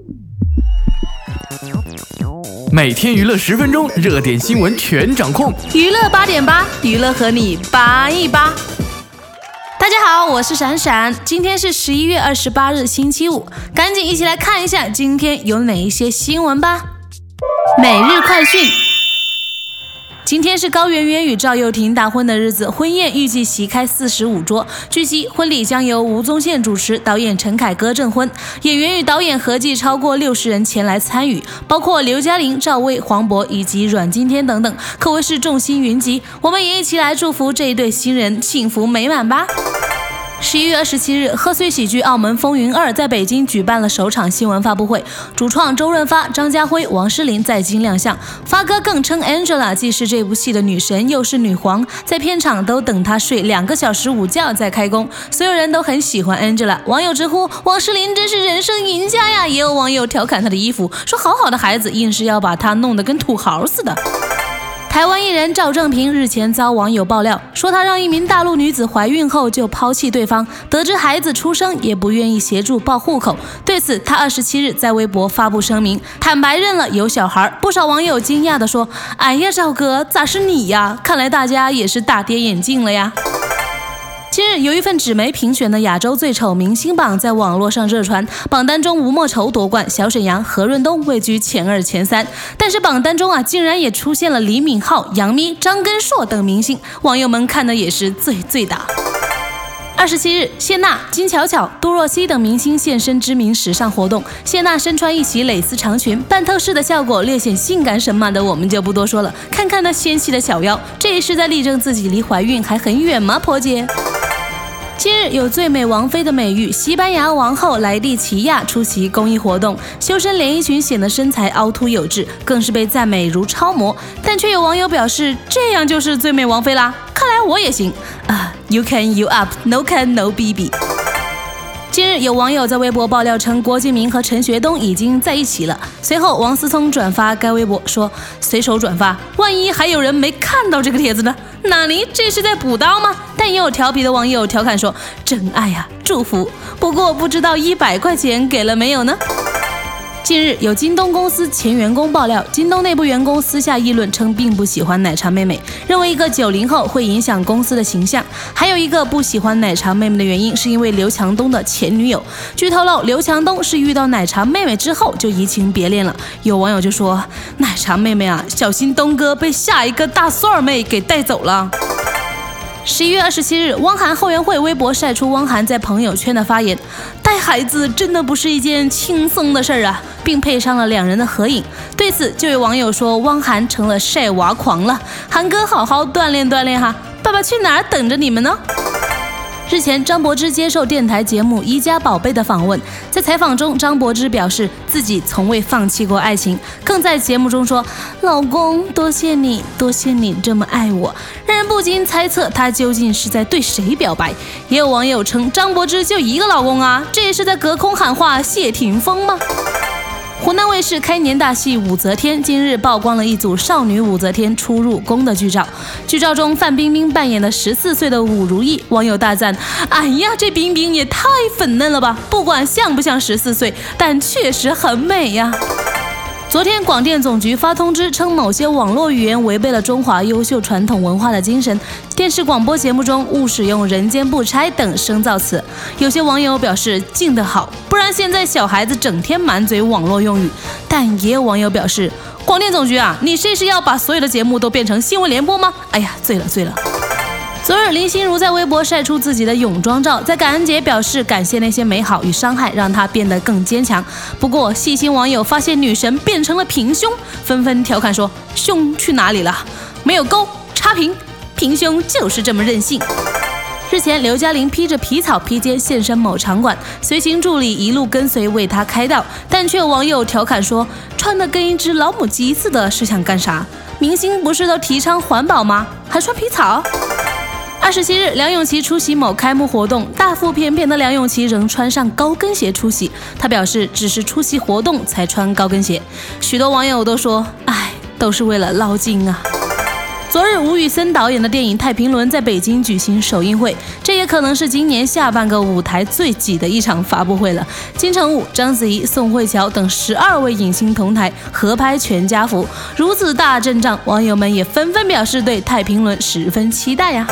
每天娱乐10分钟，热点新闻全掌控。 娱乐8.8，娱乐和你扒一扒。大家好，我是闪闪，今天是11月28日星期五，赶紧一起来看一下今天有哪一些新闻吧。每日快讯。今天是高圆圆与赵又廷大婚的日子，婚宴预计席开45桌。据悉，婚礼将由吴宗宪主持，导演陈凯歌证婚，演员与导演合计超过60人前来参与，包括刘嘉玲、赵薇、黄渤以及阮经天等等，可谓是众星云集。我们也一起来祝福这一对新人幸福美满吧。11月27日，贺岁喜剧《澳门风云2》在北京举办了首场新闻发布会，主创周润发、张家辉、王诗龄在京亮相。发哥更称 Angela 既是这部戏的女神，又是女皇，在片场都等她睡2个小时午觉再开工。所有人都很喜欢 Angela， 网友直呼王诗龄真是人生赢家呀！也有网友调侃她的衣服，说好好的孩子硬是要把她弄得跟土豪似的。台湾艺人赵正平日前遭网友爆料，说他让一名大陆女子怀孕后就抛弃对方，得知孩子出生也不愿意协助报户口。对此，他27日在微博发布声明，坦白认了有小孩。不少网友惊讶地说：“哎呀，赵哥，咋是你呀？看来大家也是大跌眼镜了呀。”近日，有一份纸媒评选的亚洲最丑明星榜在网络上热传，榜单中吴莫愁夺冠，小沈阳、何润东位居前2、前3。但是榜单中竟然也出现了李敏镐、杨幂、张根硕等明星，网友们看的也是醉的。27日，谢娜、金巧巧、杜若溪等明星现身知名时尚活动。谢娜身穿一袭蕾丝长裙，半透视的效果略显性感神马的我们就不多说了，看看那纤细的小腰，这也是在力证自己离怀孕还很远吗，婆姐？近日，有最美王妃的美誉，西班牙王后莱蒂奇亚出席公益活动，修身连衣裙显得身材凹凸有致，更是被赞美如超模。但却有网友表示，这样就是最美王妃啦，看来我也行啊 ！You can you up, no can no BB。近日，有网友在微博爆料称郭敬明和陈学冬已经在一起了。随后，王思聪转发该微博说：“随手转发，万一还有人没看到这个帖子呢？哪里这是在补刀吗？”但也有调皮的网友调侃说：“真爱啊，祝福。不过不知道100块钱给了没有呢？”近日，有京东公司前员工爆料，京东内部员工私下议论称并不喜欢奶茶妹妹，认为一个90后会影响公司的形象。还有一个不喜欢奶茶妹妹的原因是因为刘强东的前女友。据透露，刘强东是遇到奶茶妹妹之后就移情别恋了。有网友就说：“奶茶妹妹啊，小心东哥被下一个大蒜儿妹给带走了。”11月27日，汪涵后援会微博晒出汪涵在朋友圈的发言：“带孩子真的不是一件轻松的事儿啊！”并配上了2人的合影。对此，就有网友说汪涵成了晒娃狂了，涵哥好好锻炼锻炼哈，爸爸去哪儿等着你们呢？日前，张柏芝接受电台节目《一家宝贝》的访问，在采访中，张柏芝表示自己从未放弃过爱情，更在节目中说：“老公，多谢你，多谢你这么爱我。”让人不禁猜测她究竟是在对谁表白。也有网友称张柏芝就一个老公啊，这也是在隔空喊话谢霆锋吗？湖南卫视开年大戏《武则天》今日曝光了一组少女武则天初入宫的剧照。剧照中，范冰冰扮演的14岁的武如意，网友大赞：“哎呀，这冰冰也太粉嫩了吧！不管像不像14岁，但确实很美呀。”昨天，广电总局发通知称，某些网络语言违背了中华优秀传统文化的精神，电视广播节目中勿使用人间不拆等生造词。有些网友表示禁得好，不然现在小孩子整天满嘴网络用语。但也有网友表示，广电总局啊，你这是要把所有的节目都变成新闻联播吗？哎呀，醉了。昨日，林心如在微博晒出自己的泳装照，在感恩节表示感谢那些美好与伤害，让她变得更坚强。不过，细心网友发现女神变成了平胸，纷纷调侃说：“胸去哪里了？没有沟，插平，平胸就是这么任性。”日前，刘嘉玲披着皮草披肩现身某场馆，随行助理一路跟随为她开道，但却有网友调侃说：“穿的跟一只老母鸡似的，是想干啥？明星不是都提倡环保吗？还穿皮草？”27日，梁咏琪出席某开幕活动，大腹便便的梁咏琪仍穿上高跟鞋出席。她表示，只是出席活动才穿高跟鞋。许多网友都说：“哎，都是为了捞金啊。” 昨日吴宇森导演的电影《太平轮》在北京举行首映会，这也可能是今年下半个舞台最挤的一场发布会了。金城武、章子怡、宋慧乔等12位影星同台合拍全家福，如此大阵仗，网友们也纷纷表示对《太平轮》十分期待呀。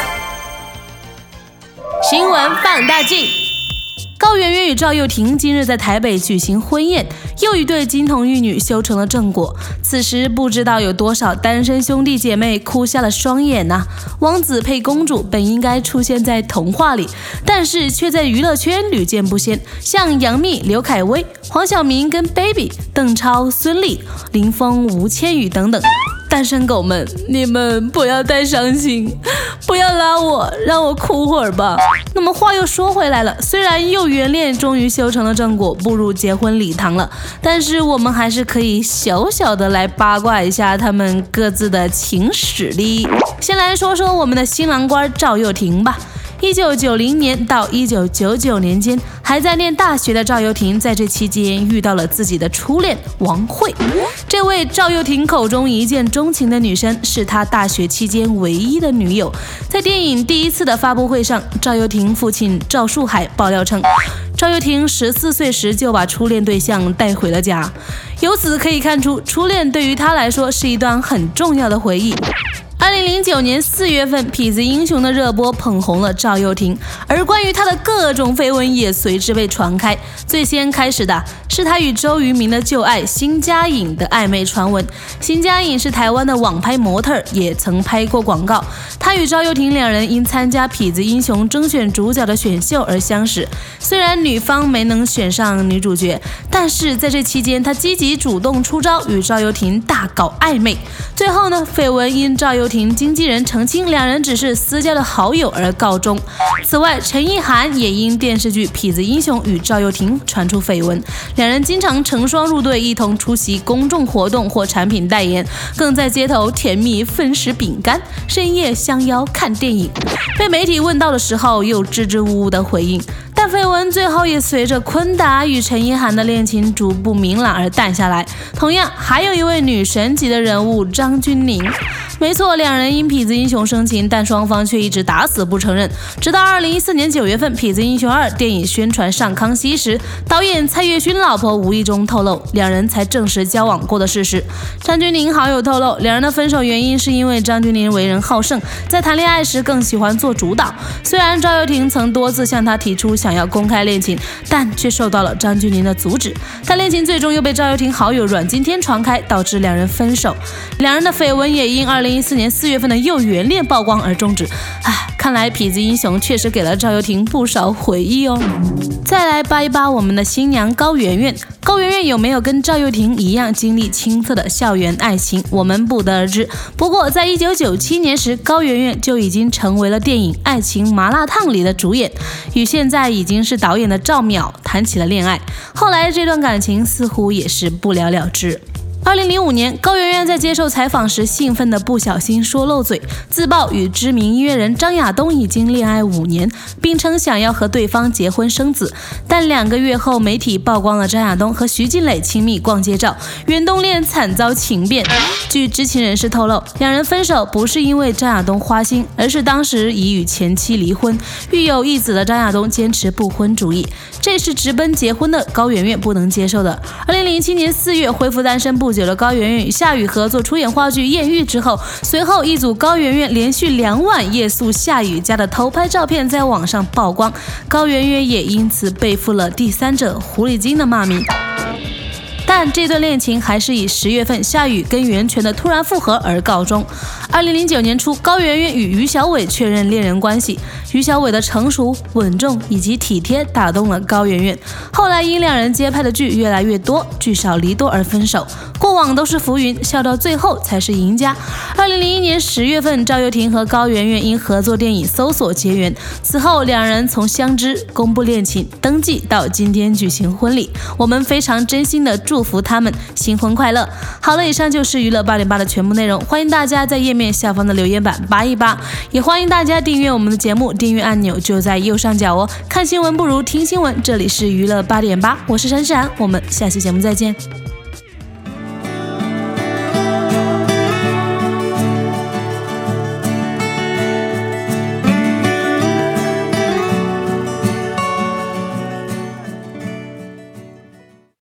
新闻放大镜。高圆圆与赵又廷今日在台北举行婚宴，又一对金童玉女修成了正果。此时不知道有多少单身兄弟姐妹哭瞎了双眼啊！王子配公主本应该出现在童话里，但是却在娱乐圈屡见不鲜，像杨幂、刘恺威、黄晓明跟 Baby、邓超、孙俪、林峰、吴千语等等。单身狗们，你们不要太伤心，不要拉我，让我哭会儿吧。那么话又说回来了，虽然幼圆恋终于修成了正果，步入结婚礼堂了，但是我们还是可以小小的来八卦一下他们各自的情史哩。先来说说我们的新郎官赵又廷吧。1990年到1999年间，还在念大学的赵又廷，在这期间遇到了自己的初恋王慧。这位赵又廷口中一见钟情的女生，是他大学期间唯一的女友。在电影第一次的发布会上，赵又廷父亲赵树海爆料称，赵又廷14岁时就把初恋对象带回了家。由此可以看出，初恋对于他来说是一段很重要的回忆。2009年4月份，《痞子英雄》的热播捧红了赵又廷，而关于他的各种绯闻也随之被传开。最先开始的是他与周渝民的旧爱辛佳颖的暧昧传闻。辛佳颖是台湾的网拍模特，也曾拍过广告。他与赵又廷两人因参加《痞子英雄》征选主角的选秀而相识。虽然女方没能选上女主角，但是在这期间，他积极主动出招，与赵又廷大搞暧昧。最后呢，绯闻因赵又廷经纪人澄清两人只是私交的好友而告终。此外，陈意涵也因电视剧《痞子英雄》与赵又廷传出绯闻，两人经常成双入对，一同出席公众活动或产品代言，更在街头甜蜜分食饼干，深夜相邀看电影。被媒体问到的时候，又支支吾吾的回应。但绯闻最后也随着坤达与陈意涵的恋情逐步明朗而淡下来。同样，还有一位女神级的人物张钧甯。没错，两人因痞子英雄生情，但双方却一直打死不承认。直到2014年9月份，痞子英雄2电影宣传上康熙时，导演蔡岳勋老婆无意中透露，两人才证实交往过的事实。张钧甯好友透露，两人的分手原因是因为张钧甯为人好胜，在谈恋爱时更喜欢做主导。虽然赵又廷曾多次向他提出想要公开恋情，但却受到了张钧甯的阻止。但恋情最终又被赵又廷好友阮经天传开，导致两人分手。两人的绯闻也因2014年4月份的幼圆恋曝光而终止。看来痞子英雄确实给了赵又廷不少回忆哦。再来扒一扒我们的新娘高圆圆。高圆圆有没有跟赵又廷一样经历青涩的校园爱情，我们不得而知。不过在1997年时，高圆圆就已经成为了电影《爱情麻辣烫》里的主演，与现在已经是导演的赵淼谈起了恋爱。后来这段感情似乎也是不了了之。2005年，高圆圆在接受采访时兴奋的不小心说漏嘴，自曝与知名音乐人张亚东已经恋爱5年，并称想要和对方结婚生子。但2个月后，媒体曝光了张亚东和徐静蕾亲密逛街照，远东恋惨遭情变。据知情人士透露，两人分手不是因为张亚东花心，而是当时已与前妻离婚，育有一子的张亚东坚持不婚主义，这是直奔结婚的高圆圆不能接受的。2007年4月恢复单身不久的高圆圆与夏雨合作出演话剧《艳遇》之后，随后一组高圆圆连续2晚夜宿夏雨家的偷拍照片在网上曝光，高圆圆也因此背负了第三者狐狸精的骂名。但这段恋情还是以10月份夏雨跟袁泉的突然复合而告终。2009年初，高圆圆与于小伟确认恋人关系，于小伟的成熟、稳重以及体贴打动了高圆圆。后来因两人接拍的剧越来越多，聚少离多而分手。过往都是浮云，笑到最后才是赢家。2001年10月份，赵又廷和高圆圆因合作电影《搜索》结缘，此后两人从相知、公布恋情、登记到今天举行婚礼，我们非常真心的祝福他们新婚快乐。好了，以上就是娱乐808的全部内容，欢迎大家在页面下方的留言板扒一扒，也欢迎大家订阅我们的节目，订阅按钮就在右上角哦。看新闻不如听新闻，这里是娱乐808，我是闪闪，我们下期节目再见。